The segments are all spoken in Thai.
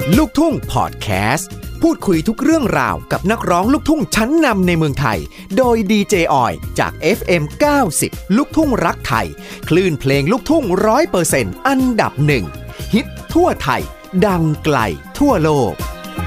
ลูกทุ่งพอดแคสต์พูดคุยทุกเรื่องราวกับนักร้องลูกทุ่งชั้นนำในเมืองไทยโดยดีเจออยจาก FM 90 ลูกทุ่งรักไทยคลื่นเพลงลูกทุ่ง 100% อันดับหนึ่งฮิตทั่วไทยดังไกลทั่วโลก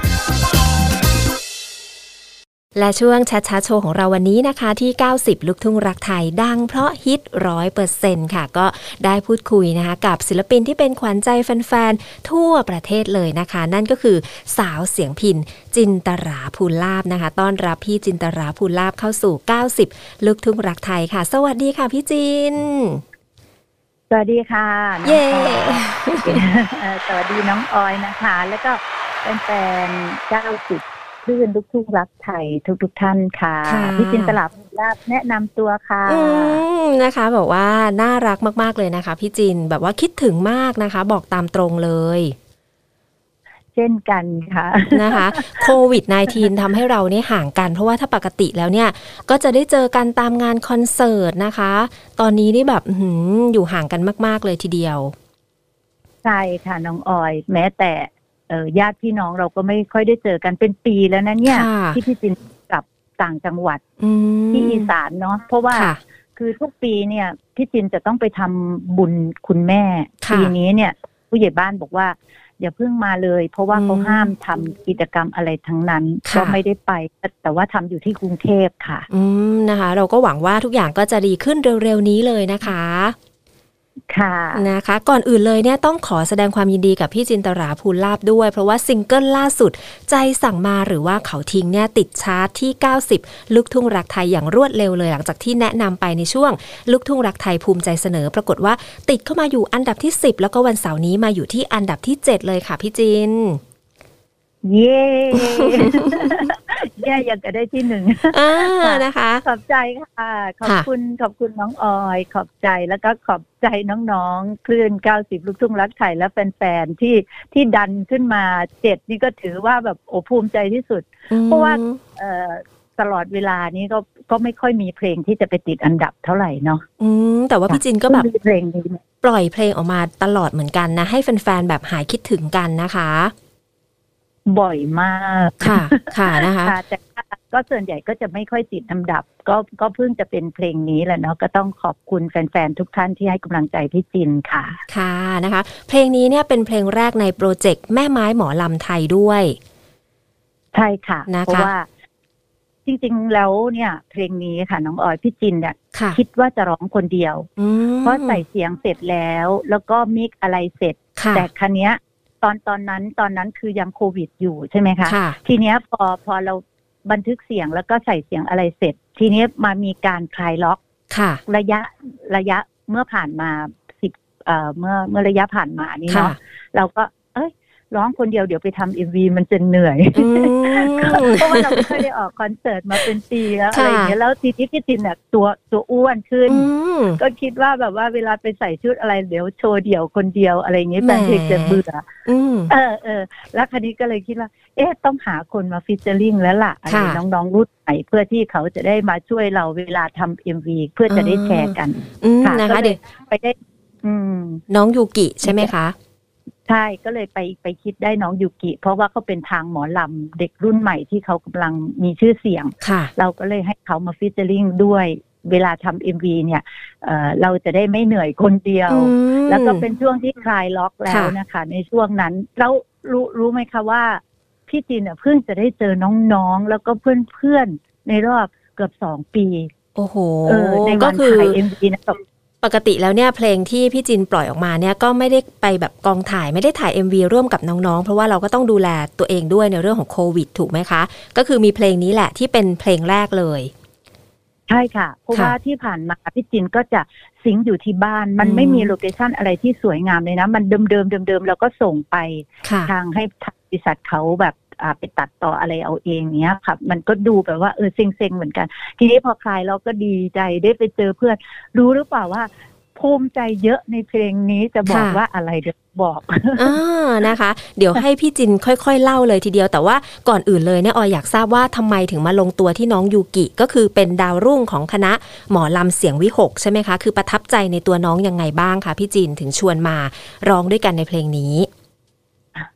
และช่วงชัดๆโชว์ของเราวันนี้นะคะที่90ลูกทุ่งรักไทยดังเพราะฮิต 100% ค่ะก็ได้พูดคุยนะคะกับศิลปินที่เป็นขวัญใจแฟนๆทั่วประเทศเลยนะคะนั่นก็คือสาวเสียงพิณจินตราภูลาภนะคะต้อนรับพี่จินตราภูลาภเข้าสู่90ลูกทุ่งรักไทยค่ะสวัสดีค่ะพี่จินสวัสดีค่ะเย้สวัสดีน้องออยนะคะแล้วก็แฟน90คลื่นลูกทุ่งรักไทยทุกท่านค่ะพี่จินตราภูลาภแนะนำตัวค่ะนะคะบอกว่าน่ารักมากๆเลยนะคะพี่จินแบบว่าคิดถึงมากนะคะบอกตามตรงเลยเช่นกันค่ะนะคะโควิด -19 ทำให้เราเนี่ยห่างกันเพราะว่าถ้าปกติแล้วเนี่ยก็จะได้เจอกันตามงานคอนเสิร์ตนะคะตอนนี้นี่แบบอยู่ห่างกันมากๆเลยทีเดียวใช่ค่ะน้องออยแม้แต่ญาติพี่น้องเราก็ไม่ค่อยได้เจอกันเป็นปีแล้วนะเนี่ยที่พี่จินกลับต่างจังหวัดที่อีสานเนาะเพราะว่าคือทุกปีเนี่ยพี่จินจะต้องไปทำบุญคุณแม่ปีนี้เนี่ยผู้ใหญ่บ้านบอกว่าอย่าเพิ่งมาเลยเพราะว่าเขาห้ามทำกิจกรรมอะไรทั้งนั้นก็ไม่ได้ไปแต่ว่าทำอยู่ที่กรุงเทพค่ะนะคะเราก็หวังว่าทุกอย่างก็จะดีขึ้นเร็วๆนี้เลยนะคะค่ะนะคะก่อนอื่นเลยเนี่ยต้องขอแสดงความยินดีกับพี่จินตราภูลาภด้วยเพราะว่าซิงเกิลล่าสุดใจสั่งมาหรือว่าเขาทิ้งเนี่ยติดชาร์ตที่90ลูกทุ่งรักไทยอย่างรวดเร็วเลยหลังจากที่แนะนำไปในช่วงลูกทุ่งรักไทยภูมิใจเสนอปรากฏว่าติดเข้ามาอยู่อันดับที่10แล้วก็วันเสาร์นี้มาอยู่ที่อันดับที่7เลยค่ะพี่จินเย้อยากจะได้ที่1 นะคะขอบใจค่ะขอบคุณน้องออยขอบใจแล้วก็ขอบใจน้องๆคลื่น90ลูกทุ่งรักไทยและแฟนๆที่ดันขึ้นมา7นี่ก็ถือว่าแบบภูมิใจที่สุดเพราะว่าตลอดเวลานี้ก็ไม่ค่อยมีเพลงที่จะไปติดอันดับเท่าไหร่เนาะแต่ว่าพี่จินก็แบบเพลงนี้ปล่อยเพลงออกมาตลอดเหมือนกันนะให้แฟนๆแบบหายคิดถึงกันนะคะบ่อยมากค่ะนะคะแต่ก็ส่วนใหญ่ก็จะไม่ค่อยติดอันดับก็เพิ่งจะเป็นเพลงนี้แหละเนาะก็ต้องขอบคุณแฟนๆทุกท่านที่ให้กำลังใจพี่จินค่ะค่ะนะคะเพลงนี้เนี่ยเป็นเพลงแรกในโปรเจกต์แม่ไม้หมอลำไทยด้วยใช่ค่ะเพราะว่าจริงๆแล้วเนี่ยเพลงนี้ค่ะน้องออยพี่จินเนี่ยคิดว่าจะร้องคนเดียวเพราะใส่เสียงเสร็จแล้วก็มิกอะไรเสร็จแต่ครั้งเนี้ยตอนนั้นคือยังโควิดอยู่ใช่ไหมคะทีเนี้ยพอเราบันทึกเสียงแล้วก็ใส่เสียงอะไรเสร็จทีนี้มามีการคลายล็อกระยะเมื่อผ่านมาเมื่อระยะผ่านมานี่เนาะเราก็ร้องคนเดียวเดี๋ยวไปทำ MV มันจะเหนื่อยเพราะว่าเราไม่เคยได้ออกคอนเสิร์ตมาเป็นปีแล้วอะไรอย่างเงี้ยแล้วทีนี้พี่จินเนี่ยตัวอ้วนขึ้นก็คิดว่าแบบว่าเวลาไปใส่ชุดอะไรเดี๋ยวโชว์เดี่ยวคนเดียวอะไรอย่างเงี้ยแฟนเพลงจะเบื่อแล้วคราวนี้ก็เลยคิดว่าต้องหาคนมาฟีเจอริ่งแล้วล่ะอะไรน้องๆรุ่นใหม่เพื่อที่เขาจะได้มาช่วยเราเวลาทำ MV เพื่อจะได้แชร์กันนะคะเดี๋ยวไปได้น้องยูกิใช่ไหมคะใช่ก็เลยไปคิดได้น้องยูกิเพราะว่าเขาเป็นทางหมอลำเด็กรุ่นใหม่ที่เขากำลังมีชื่อเสียงเราก็เลยให้เขามาฟีเจอริ่งด้วยเวลาทำ MV เนี่ยเราจะได้ไม่เหนื่อยคนเดียวแล้วก็เป็นช่วงที่คลายล็อกแล้วนะคะในช่วงนั้นแล้วรู้ไหมคะว่าพี่จินเพิ่งจะได้เจอน้องๆแล้วก็เพื่อนๆในรอบเกือบ2 ปีโอ้โหในวันถ่าย MV นะปกติแล้วเนี่ยเพลงที่พี่จินปล่อยออกมาเนี่ยก็ไม่ได้ไปแบบกองถ่ายไม่ได้ถ่าย MV ร่วมกับน้องๆเพราะว่าเราก็ต้องดูแลตัวเองด้วยในเรื่องของโควิดถูกไหมคะก็คือมีเพลงนี้แหละที่เป็นเพลงแรกเลยใช่ค่ะเพราะว่าที่ผ่านมาพี่จินก็จะซิงค์อยู่ที่บ้านมันไม่มีโลเคชั่นอะไรที่สวยงามเลยนะมันเดิมแล้วก็ส่งไปทางให้บริษัทเขาแบบไปตัดต่ออะไรเอาเองเนี้ยค่ะมันก็ดูแบบว่าเซ็งๆเหมือนกันทีนี้พอคลายเราก็ดีใจได้ไปเจอเพื่อนรู้หรือเปล่าว่าภูมิใจเยอะในเพลงนี้จะบอกว่าอะไรเดี๋ยวบอกนะคะเดี๋ยวให้พี่จินค่อยๆเล่าเลยทีเดียวแต่ว่าก่อนอื่นเลยเนี่ยออยอยากทราบว่าทำไมถึงมาลงตัวที่น้องยูกิก็คือเป็นดาวรุ่งของคณะหมอลำเสียงวิหกใช่ไหมคะคือประทับใจในตัวน้องยังไงบ้างคะพี่จินถึงชวนมาร้องด้วยกันในเพลงนี้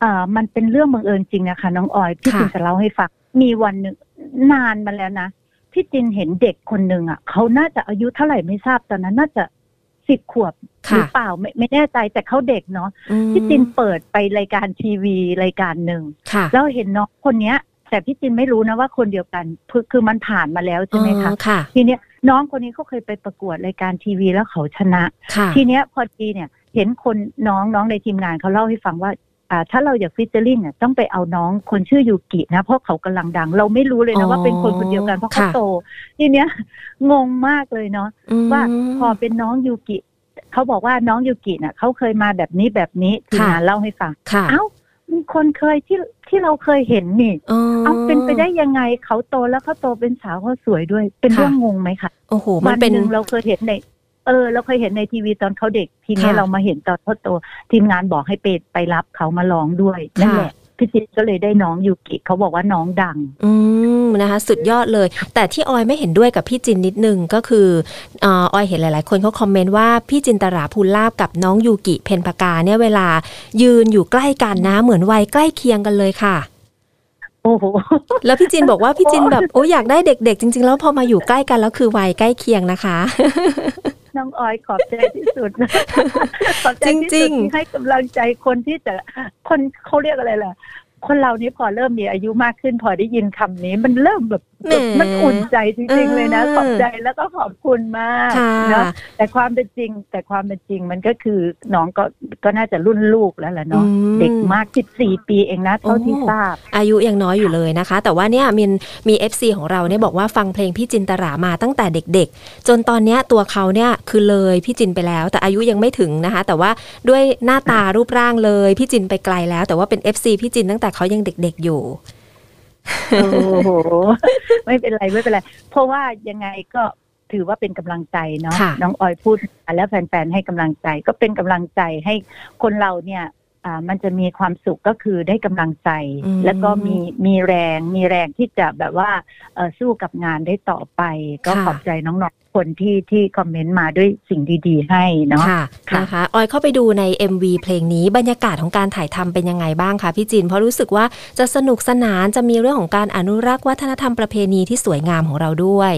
มันเป็นเรื่องบังเอิญจริงนะคะน้องออยพี่จินจะเล่าให้ฟังมีวันหนึ่งนานมาแล้วนะพี่จินเห็นเด็กคนหนึ่งเขาน่าจะอายุเท่าไหร่ไม่ทราบตอนนั้นน่าจะ10 ขวบหรือเปล่าไม่แน่ใจแต่เขาเด็กเนาะพี่จินเปิดไปรายการทีวีรายการหนึ่งแล้วเห็นน้องคนเนี้ยแต่พี่จินไม่รู้นะว่าคนเดียวกันคือมันผ่านมาแล้วใช่ไหมคะทีเนี้ยน้องคนนี้เขาเคยไปประกวดรายการทีวีแล้วเขาชนะทีเนี้ยพอดีเนี่ยเห็นคนน้องในทีมงานเขาเล่าให้ฟังว่าถ้าเราอยากฟิชเจอริ่งเนี่ยต้องไปเอาน้องคนชื่อยูกินะเพราะเขากำลังดังเราไม่รู้เลยนะว่าเป็นคนเดียวกันเพราะเขาโตทีเนี้ยงงมากเลยเนาะว่าพอเป็นน้องยูกิเขาบอกว่าน้องยูกิน่ะเขาเคยมาแบบนี้ทีมงานเล่าให้ฟังเอ้ามีคนเคยที่เราเคยเห็นนี่เอาเป็นไปได้ยังไงเขาโตแล้วเขาโตเป็นสาวเขาสวยด้วยเป็นเรื่องงงไหมคะโอ้โหมันเป็นเราเคยเห็นในเราเคยเห็นในทีวีตอนเขาเด็กทีนี้เรามาเห็นตอนเขาโตทีมงานบอกให้ไปรับเขามาร้องด้วยนั่นแหละพี่จิตก็เลยได้น้องยูกิเขาบอกว่าน้องดังนะคะสุดยอดเลยแต่ที่ออยไม่เห็นด้วยกับพี่จินนิดนึงก็คือออยเห็นหลายๆคนเขาคอมเมนต์ว่าพี่จินตราภูลาภกับน้องยูกิเพ็ญปากาเนี่ยเวลายืนอยู่ใกล้กันนะเหมือนวัยใกล้เคียงกันเลยค่ะโอ้โหแล้วพี่จินบอกว่าพี่จินแบบโอ้อยากได้เด็กๆจริงๆแล้วพอมาอยู่ใกล้กันแล้วคือวัยใกล้เคียงนะคะน้องออยขอบใจที่สุดขอบใจที่สุดที่ให้กำลังใจคนที่จะคนเขาเรียกอะไรล่ะคนเรานี้พอเริ่มมีอายุมากขึ้นพอได้ยินคำนี้มันเริ่มแบบมันอุ่นใจจริงๆเลยนะขอบใจแล้วก็ขอบคุณมากเนาะแต่ความเป็นจริงมันก็คือน้องก็น่าจะรุ่นลูกแล้วแหละเนาะเด็กมาก14 ปีเองนะเท่าที่ทราบอายุยังน้อยอยู่เลยนะคะแต่ว่าเนี่ยมี FC ของเราเนี่ยบอกว่าฟังเพลงพี่จินตรามาตั้งแต่เด็กๆจนตอนเนี้ยตัวเขาเนี่ยคือเลยพี่จินไปแล้วแต่อายุยังไม่ถึงนะคะแต่ว่าด้วยหน้าตารูปร่างเลยพี่จินไปไกลแล้วแต่ว่าเป็น FC พี่จินตั้งแต่เขายังเด็กๆอยู่โอ้โหไม่เป็นไรเพราะว่ายังไงก็ถือว่าเป็นกำลังใจเนาะน้องออยพูดแล้วแฟนๆให้กำลังใจก็เป็นกำลังใจให้คนเราเนี่ยมันจะมีความสุขก็คือได้กำลังใจแล้วก็มีแรงที่จะแบบว่าสู้กับงานได้ต่อไปก็ขอบใจน้องๆคนที่คอมเมนต์มาด้วยสิ่งดีๆให้เนาะนะคะออยเข้าไปดูใน MV เพลงนี้บรรยากาศของการถ่ายทำเป็นยังไงบ้างคะพี่จินเพราะรู้สึกว่าจะสนุกสนานจะมีเรื่องของการอนุรักษ์วัฒนธรรมประเพณีที่สวยงามของเราด้วย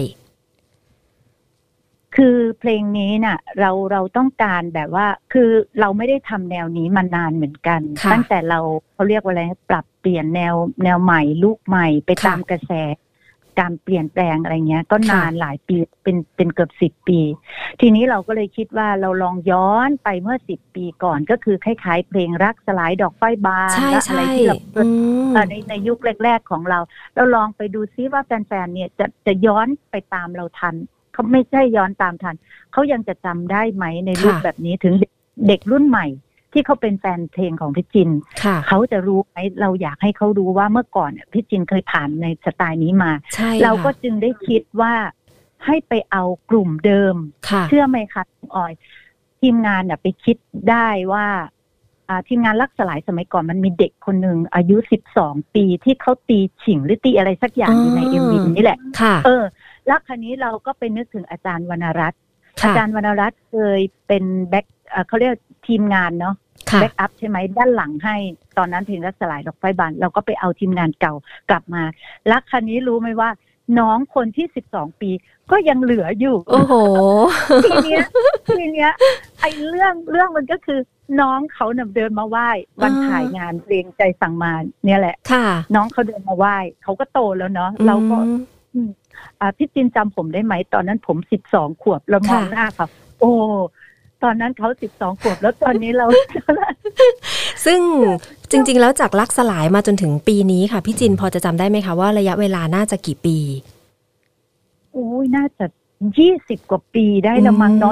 คือเพลงนี้น่ะเราต้องการแบบว่าคือเราไม่ได้ทำแนวนี้มานานเหมือนกันตั้งแต่เขาเรียกว่าอะไรปรับเปลี่ยนแนวใหม่ลูกใหม่ไปตามกระแสการเปลี่ยนแปลงอะไรเงี้ยก็นานหลายปีเป็นเกือบ10 ปีทีนี้เราก็เลยคิดว่าเราลองย้อนไปเมื่อ10 ปีก่อนก็คือคล้ายๆเพลงรักสลายดอกฝ้ายบานและอะไรที่เราในยุคแรกๆของเราลองไปดูซิว่าแฟนๆเนี่ยจะย้อนไปตามเราทันเขาไม่ใช่ย้อนตามทันเขายังจะจำได้ไหมในรูปแบบนี้ถึงเด็กรุ่นใหม่ที่เขาเป็นแฟนเพลงของพี่จินเขาจะรู้ไหมเราอยากให้เขารู้ว่าเมื่อก่อนพี่จินเคยผ่านในสไตล์นี้มาเราก็จึงได้คิดว่าให้ไปเอากลุ่มเดิมเชื่อไหมคะออยทีมงานไปคิดได้ว่าทีมงานรักสลายสมัยก่อนมันมีเด็กคนหนึ่งอายุ12 ปีที่เขาตีฉิงหรือตีอะไรสักอย่างอยู่ใน MV นี่แหละแล้วคราวนี้เราก็ไปนึกถึงอาจารย์วรรณรัตน์อาจารย์วรรณรัตน์เคยเป็นแบ็คเขาเรียกทีมงานเนาะแบ็คอัพใช่ไหมด้านหลังให้ตอนนั้นเพลงรักสลายดอกฝ้ายบานเราก็ไปเอาทีมงานเก่ากลับมาแล้วคราวนี้รู้ไหมว่าน้องคนที่12 ปีก็ยังเหลืออยู่โอ้โหทีเนี้ยไอ้เรื่องมันก็คือน้องเขาเดินมาไหว้วันถ่ายงานเพลงใจสั่งมาเนี่ยแหละน้องเขาเดินมาไหว้เขาก็โตแล้วเนาะเราก็พี่จินจำผมได้ไหมตอนนั้นผม12 ขวบแล้วมองหน้าเขาโอ้ตอนนั้นเขา12 ขวบแล้วตอนนี้เราซึ่งจริงๆแล้วจากรักสลายมาจนถึงปีนี้ค่ะพี่จินพอจะจำได้ไหมคะว่าระยะเวลาน่าจะกี่ปีน่าจะ20 กว่าปีได้ละมั้งเนาะ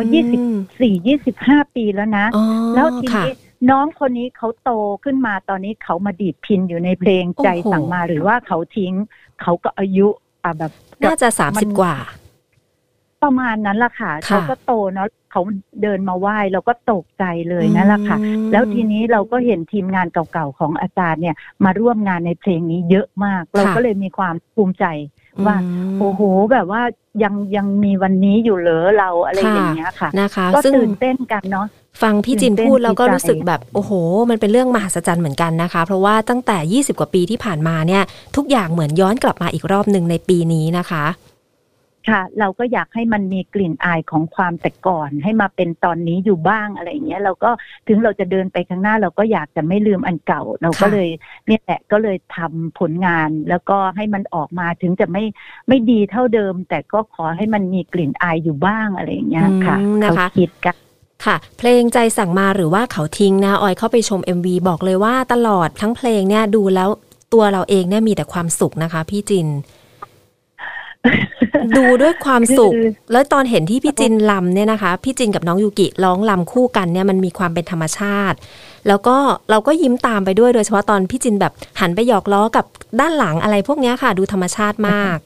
24-25 ปีแล้วนะแล้วทีนี้น้องคนนี้เขาโตขึ้นมาตอนนี้เขามาดีดพินอยู่ในเพลงใจสั่งมาหรือว่าเขาทิ้งเขาก็อายุแบบน่าจะ30 กว่าประมาณนั้นล่ะค่ะเขาก็โตเนาะเขาเดินมาไหว้เราก็ตกใจเลยนั่นแหละค่ะแล้วทีนี้เราก็เห็นทีมงานเก่าๆของอาจารย์เนี่ยมาร่วมงานในเพลงนี้เยอะมากเราก็เลยมีความภูมิใจว่าโอ้โหแบบว่ายังมีวันนี้อยู่เหรอเราอะไรอย่างเงี้ยค่ะนะคะก็ตื่นเต้นกันเนาะฟังพี่จินพูดแล้วก็รู้สึกแบบโอ้โหมันเป็นเรื่องมหัศจรรย์เหมือนกันนะคะเพราะว่าตั้งแต่20กว่าปีที่ผ่านมาเนี่ยทุกอย่างเหมือนย้อนกลับมาอีกรอบนึงในปีนี้นะคะค่ะเราก็อยากให้มันมีกลิ่นอายของความแต่ก่อนให้มาเป็นตอนนี้อยู่บ้างอะไรอย่างเงี้ยเราก็ถึงเราจะเดินไปข้างหน้าเราก็อยากจะไม่ลืมอันเก่าเราก็เลยเนี่ยแหละก็เลยทำผลงานแล้วก็ให้มันออกมาถึงจะไม่ดีเท่าเดิมแต่ก็ขอให้มันมีกลิ่นอายอยู่บ้างอะไรอย่างเงี้ยค่ะนะคะคิดกันค่ะเพลงใจสั่งมาหรือว่าเขาทิ้งนะออยเข้าไปชม MV บอกเลยว่าตลอดทั้งเพลงเนี่ยดูแล้วตัวเราเองเนี่ยมีแต่ความสุขนะคะพี่จินดูด้วยความสุขแล้วตอนเห็นที่พี่จินลำเนี่ยนะคะพี่จินกับน้องยูกิร้องลำคู่กันเนี่ยมันมีความเป็นธรรมชาติแล้วก็เราก็ยิ้มตามไปด้วยโดยเฉพาะตอนพี่จินแบบหันไปหยอกล้อกับด้านหลังอะไรพวกนี้ค่ะดูธรรมชาติมาก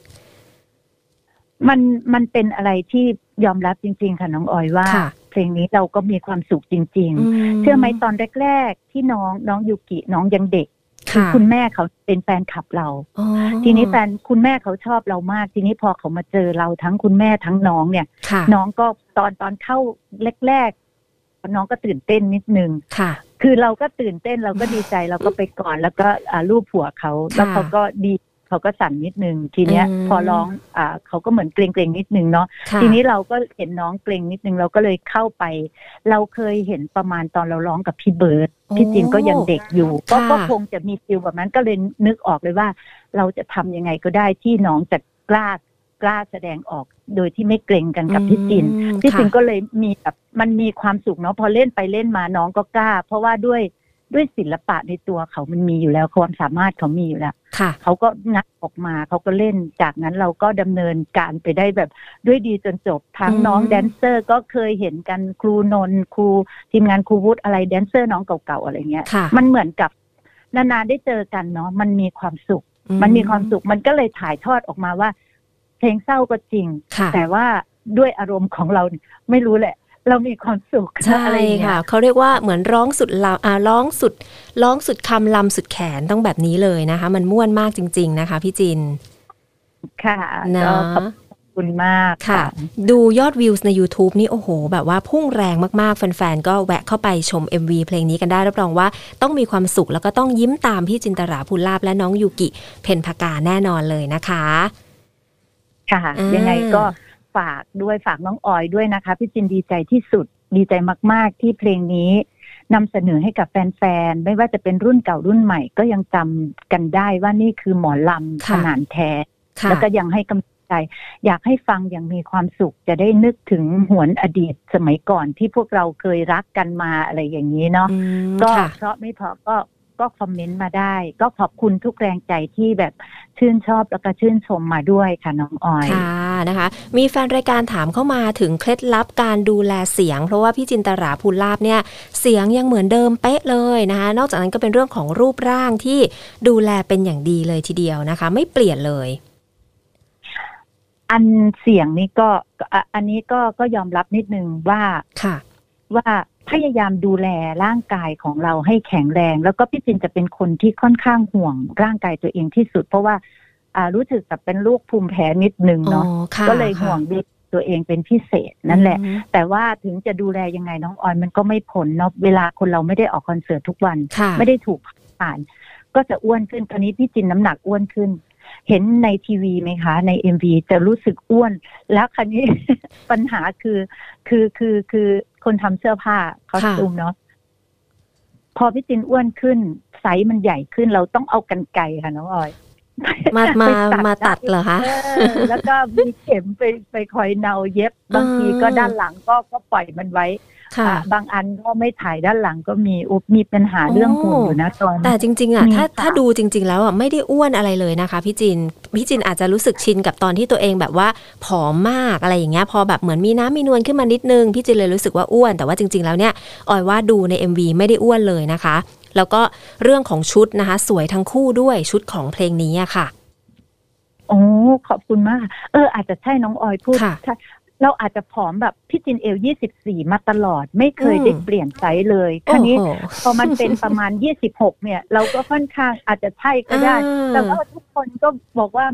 มันเป็นอะไรที่ยอมรับจริงๆค่ะน้องออยว่าเพลงนี้เราก็มีความสุขจริงๆเชื่อไหมตอนแรกๆที่น้องยูกิน้องยังเด็กคุณแม่เขาเป็นแฟนคลับเราทีนี้คุณแม่เขาชอบเรามากทีนี้พอเขามาเจอเราทั้งคุณแม่ทั้งน้องเนี่ยน้องก็ตอนเข้าแรกๆน้องก็ตื่นเต้นนิดนึงคือเราก็ตื่นเต้นเราก็ดีใจเราก็ไปก่อนแล้วก็รูปหัวเขาแล้วเขาก็ดีเขาก็สั่นนิดนึงทีเนี้ยพอร้องเขาก็เหมือนเกรงๆนิดนึงเนาะทีนี้เราก็เห็นน้องเกรงนิดนึงเราก็เลยเข้าไปเราเคยเห็นประมาณตอนเราร้องกับพี่เบิร์ดพี่จินก็ยังเด็กอยู่ก็คงจะมีฟีลแบบนั้นก็เลยนึกออกเลยว่าเราจะทำยังไงก็ได้ที่น้องจะกล้าแสดงออกโดยที่ไม่เกรงกันกับพี่จินก็เลยมีแบบมันมีความสุขเนาะพอเล่นไปเล่นมาน้องก็กล้าเพราะว่าด้วยศิลปะในตัวเขามันมีอยู่แล้วความสามารถเขามีอยู่แล้วเขาก็งัดออกมาเขาก็เล่นจากนั้นเราก็ดำเนินการไปได้แบบด้วยดีจนจบทั้งน้องแดนเซอร์ก็เคยเห็นกันครูนนท์ครูทีมงานครูวุฒิอะไรแดนเซอร์น้องเก่าๆอะไรเงี้ยมันเหมือนกับนานๆได้เจอกันเนาะมันมีความสุขมันก็เลยถ่ายทอดออกมาว่าเพลงเศร้าก็จริงแต่ว่าด้วยอารมณ์ของเราไม่รู้แหละเรามีความสุขใช่ค่ะเขาเรียกว่าเหมือนร้องสุดร้องสุดคำลำสุดแขนต้องแบบนี้เลยนะคะมันม่วนมากจริงๆนะคะพี่จินค่ะนะขอบคุณมากค่ะดูยอดวิวใน YouTube นี่โอ้โหแบบว่าพุ่งแรงมากๆแฟนๆก็แวะเข้าไปชม MV เพลงนี้กันได้รับรองว่าต้องมีความสุขแล้วก็ต้องยิ้มตามพี่จินตราภูลาภและน้องยูกิเพ็ญภกาแน่นอนเลยนะคะค่ะยังไงก็ฝากน้องออยด้วยนะคะพี่จินดีใจที่สุดดีใจมากๆที่เพลงนี้นำเสนอให้กับแฟนๆไม่ว่าจะเป็นรุ่นเก่ารุ่นใหม่ก็ยังจำกันได้ว่านี่คือหมอลำขนาดแท้แล้วก็ยังให้กำลังใจอยากให้ฟังอย่างมีความสุขจะได้นึกถึงหวนอดีตสมัยก่อนที่พวกเราเคยรักกันมาอะไรอย่างนี้เนาะก็เพราะไม่พอก็คอมเมนต์มาได้ก็ขอบคุณทุกแรงใจที่แบบชื่นชอบแล้วก็ชื่นชมมาด้วยค่ะน้องออยค่ะนะคะมีแฟนรายการถามเข้ามาถึงเคล็ดลับการดูแลเสียงเพราะว่าพี่จินตราภูลาภเนี่ยเสียงยังเหมือนเดิมเป๊ะเลยนะคะนอกจากนั้นก็เป็นเรื่องของรูปร่างที่ดูแลเป็นอย่างดีเลยทีเดียวนะคะไม่เปลี่ยนเลยอันเสียงนี้ก็อันนี้ก็ยอมรับนิดนึงว่าพยายามดูแลร่างกายของเราให้แข็งแรงแล้วก็พี่จินจะเป็นคนที่ค่อนข้างห่วงร่างกายตัวเองที่สุดเพราะว่ารู้สึกแบบเป็นโรคภูมิแพ้นิดนึงเนาะก็เลยห่วงตัวเองเป็นพิเศษนั่นแหละแต่ว่าถึงจะดูแลยังไงน้องออยมันก็ไม่พ้นเนาะเวลาคนเราไม่ได้ออกคอนเสิร์ตทุกวันไม่ได้ถูกผ่านก็จะอ้วนขึ้นตอนนี้พี่จินน้ำหนักอ้วนขึ้นเห็นในทีวีไหมคะใน MV จะรู้สึกอ้วนแล้วคราวนี้ ปัญหาคือคนทำเสื้อผ้าคอสตูมเนาะพอพี่จินอ้วนขึ้นไซส์มันใหญ่ขึ้นเราต้องเอากรรไกรค่ะน้องออยมาตัดเหรอคะแล้วก็มีเข็มไปคอยเนาเย็บบางทีก็ด้านหลังก็ปล่อยมันไว้บางอันก็ไม่ถ่ายด้านหลังก็มีปัญหาเรื่องหุ่นอยู่นะตอนแต่จริงๆอ่ะถ้าดูจริงๆแล้วอ่ะไม่ได้อ้วนอะไรเลยนะคะพี่จินอาจจะรู้สึกชินกับตอนที่ตัวเองแบบว่าผอมมากอะไรอย่างเงี้ยพอแบบเหมือนมีน้ำมีนวลขึ้นมานิดนึงพี่จินเลยรู้สึกว่าอ้วนแต่ว่าจริงๆแล้วเนี่ยออยว่าดูใน MV ไม่ได้อ้วนเลยนะคะแล้วก็เรื่องของชุดนะคะสวยทั้งคู่ด้วยชุดของเพลงนี้อะค่ะโอ้ขอบคุณมากอาจจะใช่น้องออยพูดเราอาจจะผอมแบบพี่จิน24มาตลอดไม่เคยได้เปลี่ยนไซส์เลยคราวนี้พอมันเป็นประมาณ26เนี่ยเราก็ค่อนข้างอาจจะใช่ก็ได้แต่ว่าทุกคนก็บอกว่า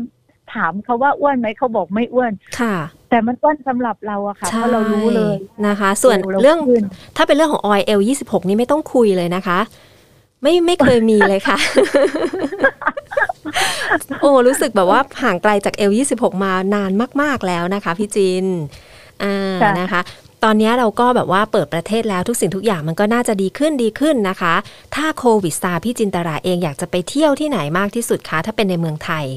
ถามเขาว่าอ้วนไหมเขาบอกไม่อ้วนค่ะแต่มันอ้วนสำหรับเราอะค่ะเพราะเรารู้เลยนะคะส่วนเรื่องถ้าเป็นเรื่องของออยL26นี่ไม่ต้องคุยเลยนะคะไม่เคยมีเลยค่ะ โอ้รู้สึกแบบว่าห่างไกลจากL26มานานมากๆแล้วนะคะพี่จินนะคะตอนนี้เราก็แบบว่าเปิดประเทศแล้วทุกสิ่งทุกอย่างมันก็น่าจะดีขึ้นนะคะถ้าโควิดซาพี่จินตราเองอยากจะไปเที่ยวที่ไหนมากที่สุดคะถ้าเป็นในเมืองไทย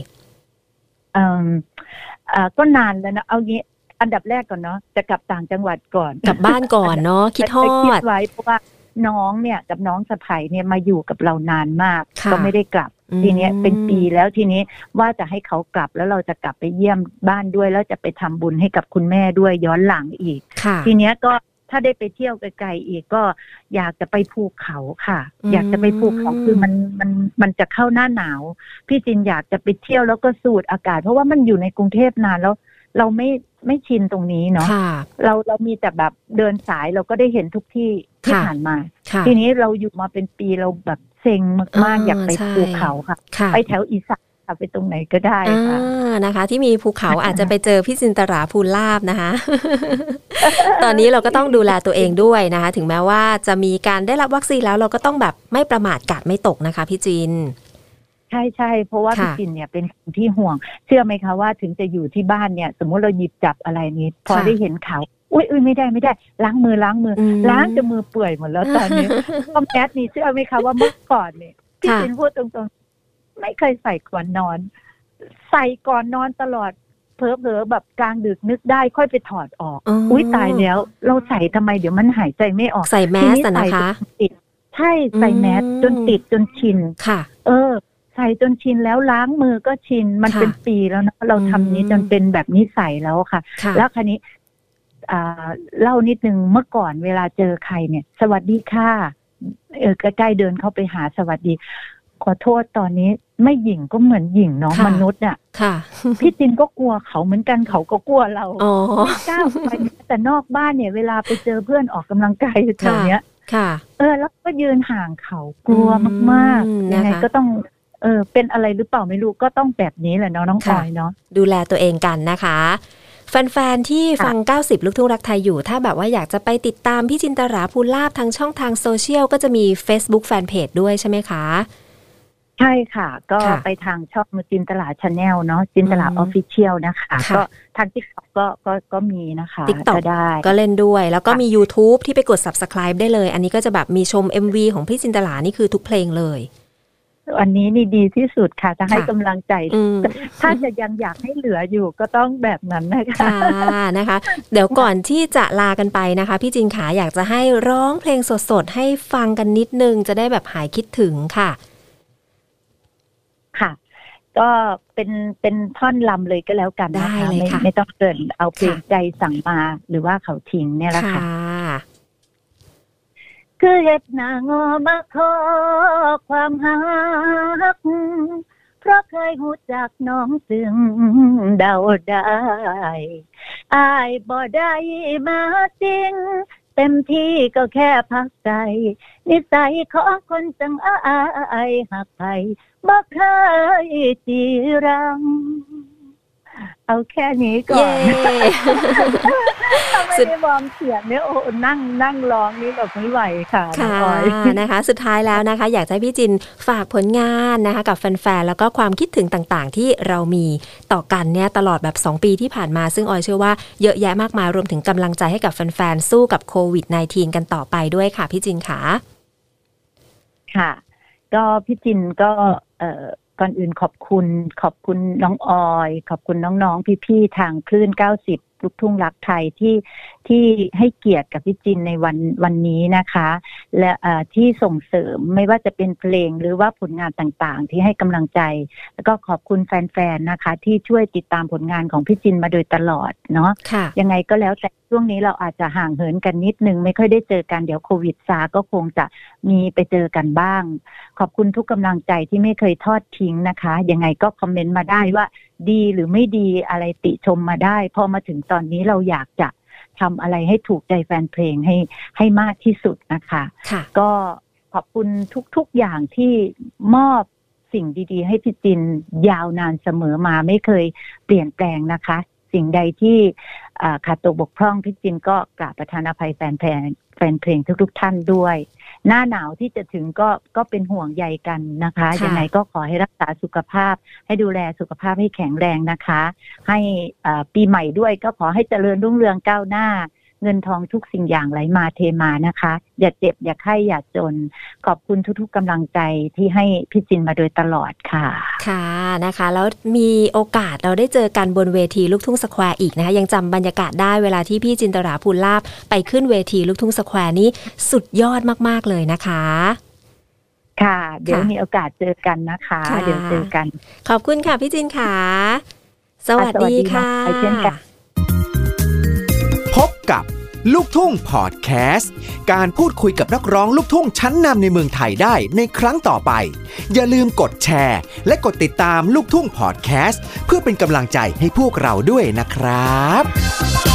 ก็นานแล้วนะเอางี้อันดับแรกก่อนเนาะจะกลับต่างจังหวัดก่อนกลับบ้านก่อนเนาะคิดฮอดไว้เพราะว่าน้องเนี่ยกับน้องสะใภ้เนี่ยมาอยู่กับเรานานมากก็ไม่ได้กลับทีนี้เป็นปีแล้วทีนี้ว่าจะให้เขากลับแล้วเราจะกลับไปเยี่ยมบ้านด้วยแล้วจะไปทำบุญให้กับคุณแม่ด้วยย้อนหลังอีกทีนี้ก็ถ้าได้ไปเที่ยวไกลๆอีกก็อยากจะไปภูเขาค่ะอยากจะไปภูเขาคือมันจะเข้าหน้าหนาวพี่จินอยากจะไปเที่ยวแล้วก็สูดอากาศเพราะว่ามันอยู่ในกรุงเทพนานแล้วเราไม่ชินตรงนี้เนาะเรามีแต่แบบเดินสายเราก็ได้เห็นทุกที่ผ่านมาทีนี้เราอยู่มาเป็นปีเราแบบเซ็งมากๆอยากไปภูเขาค่ะไปแถวอีสานไปตรงไหนก็ได้ค่ะนะคะที่มีภูเขาอาจจะไปเจอพี่จินตราภูลาภนะคะ ตอนนี้เราก็ต้องดูแลตัวเองด้วยนะคะถึงแม้ว่าจะมีการได้รับวัคซีนแล้วเราก็ต้องแบบไม่ประมาทกาดไม่ตกนะคะพี่จินใช่เพราะว่าพี่จินเนี่ยเป็นคนที่ห่วงเชื่อไหมคะว่าถึงจะอยู่ที่บ้านเนี่ยสมมติเราหยิบจับอะไรนี้พอได้เห็นเขาอุ้ยไม่ได้ล้างมือล้างจะมือเปื่อยหมดแล้วตอนนี้คอมแพทนี่เชื่อไหมคะว่าเมื่อก่อนเนี่ยพี่จินพูดตรงๆไม่เคยใส่ก่อนนอนใส่ก่อนนอนตลอดเผลอแบบกลางดึกนึกได้ค่อยไปถอดออกอุ้ยตายแล้วเราใส่ทำไมเดี๋ยวมันหายใจไม่ออกใส่แมสนะคะใช่ใส่แมสจนติดจนชินค่ะใส่จนชินแล้วล้างมือก็ชินมันเป็นปีแล้วนะเราทำนี้จนเป็นแบบนิสัยแล้วค่ะแล้วคราวนี้เล่านิดนึงเมื่อก่อนเวลาเจอใครเนี่ยสวัสดีค่ะใกล้ๆเดินเข้าไปหาสวัสดีขอโทษตอนนี้ไม่หยิ่งก็เหมือนหยิ่งเนาะมนุษย์อ่ะพี่จินก็กลัวเขาเหมือนกันเขาก็กลัวเราไม่กล้าไปแต่นอกบ้านเนี่ยเวลาไปเจอเพื่อนออกกำลังกายแถวเนี้ยแล้วก็ยืนห่างเขากลัวมากๆยังไงก็ต้องเป็นอะไรหรือเปล่าไม่รู้ก็ต้องแบบนี้แหละเนาะน้องพลอยเนาะดูแลตัวเองกันนะคะแฟนๆที่ฟัง90ลูกทุ่งรักไทยอยู่ถ้าแบบว่าอยากจะไปติดตามพี่จินตราภูลาภทางช่องทางโซเชียลก็จะมี Facebook Fanpage ด้วยใช่ไหมคะใช่ค่ะก็ไปทางช่องจินตรา Channel เนาะจินตรา Official นะคะก็ทาง TikTok ก็มีนะคะ TikTok ก็เล่นด้วยแล้วก็มี YouTube ที่ไปกด Subscribe ได้เลยอันนี้ก็จะแบบมีชม MV ของพี่จินตรานี่คือทุกเพลงเลยอันนี้นี่ดีที่สุดค่ะจะให้กำลังใจถ้าจะยังอยากให้เหลืออยู่ก็ต้องแบบนั้นนะคะเดี๋ยวก่อนที่จะลากันไปนะคะพี่จินขาอยากจะให้ร้องเพลงสดๆให้ฟังกันนิดนึงจะได้แบบหายคิดถึงค่ะค่ะก็เป็นท่อนลำเลยก็แล้วกันนะคะไม่ต้องเกินเอาเพลงใจสั่งมาหรือว่าเขาทิ้งเนี่ยแหละค่ะคือเฮ็ดหน้างอมาขอความหักเพราะเคยหูจักน้องซึ่งเดาได้อายบ่ได้มาจริงเต็มที่ก็แค่พักใจนิสัยของคนจังอายหักไผบ่เคยจีรังเอาแค่นี้ก่อนไม่ได้วอร์มเสียงเนี่ยโอ้นั่งร้องนี่แบบไม่ไหวค่ะนะคะสุดท้ายแล้วนะคะอยากให้พี่จินฝากผลงานนะคะกับแฟนๆแล้วก็ความคิดถึงต่างๆที่เรามีต่อกันเนี่ยตลอดแบบ2ปีที่ผ่านมาซึ่งออยเชื่อว่าเยอะแยะมากมายรวมถึงกำลังใจให้กับแฟนๆสู้กับโควิด -19 กันต่อไปด้วยค่ะพี่จินค่ะก็พี่จินก็ก่อนอื่นขอบคุณน้องออยขอบคุณน้องๆพี่ๆทางคลื่น90ลูกทุ่งรักไทยที่ให้เกียรติกับพี่จินในวันนี้นะคะและที่ส่งเสริมไม่ว่าจะเป็นเพลงหรือว่าผลงานต่างๆที่ให้กำลังใจแล้วก็ขอบคุณแฟนๆนะคะที่ช่วยติดตามผลงานของพี่จินมาโดยตลอดเนาะยังไงก็แล้วแต่ช่วงนี้เราอาจจะห่างเหินกันนิดนึงไม่ค่อยได้เจอกันเดี๋ยวโควิดซาก็คงจะมีไปเจอกันบ้างขอบคุณทุกกำลังใจที่ไม่เคยทอดทิ้งนะคะยังไงก็คอมเมนต์มาได้ว่าดีหรือไม่ดีอะไรติชมมาได้พอมาถึงตอนนี้เราอยากจะทำอะไรให้ถูกใจแฟนเพลงให้มากที่สุดนะคะก็ขอบคุณทุกอย่างที่มอบสิ่งดีๆให้พี่จินยาวนานเสมอมาไม่เคยเปลี่ยนแปลงนะคะสิ่งใดที่ขาดตกบกพร่องพี่จินก็กราบประทานอภัยแฟนเพลงทุกๆท่านด้วยหน้าหนาวที่จะถึงก็เป็นห่วงใยกันนะคะยังไงก็ขอให้รักษาสุขภาพให้ดูแลสุขภาพให้แข็งแรงนะคะให้ปีใหม่ด้วยก็ขอให้เจริญรุ่งเรืองก้าวหน้าเงินทองทุกสิ่งอย่างไหลมาเทมานะคะอย่าเจ็บอย่าไข้อย่าจนขอบคุณทุกๆกำลังใจที่ให้พี่จินมาโดยตลอดค่ะค่ะนะคะแล้วมีโอกาสเราได้เจอกันบนเวทีลูกทุ่งสแควร์อีกนะคะยังจำบรรยากาศได้เวลาที่พี่จินตราภูลลาภไปขึ้นเวทีลูกทุ่งสแควร์นี้สุดยอดมากๆเลยนะคะค่ะเดี๋ยวมีโอกาสเจอกันนะคะเดี๋ยวเจอกันขอบคุณค่ะพี่จินค่ะสวัสดีค่ะพบกับลูกทุ่งพอดแคสต์การพูดคุยกับนักร้องลูกทุ่งชั้นนำในเมืองไทยได้ในครั้งต่อไปอย่าลืมกดแชร์และกดติดตามลูกทุ่งพอดแคสต์เพื่อเป็นกำลังใจให้พวกเราด้วยนะครับ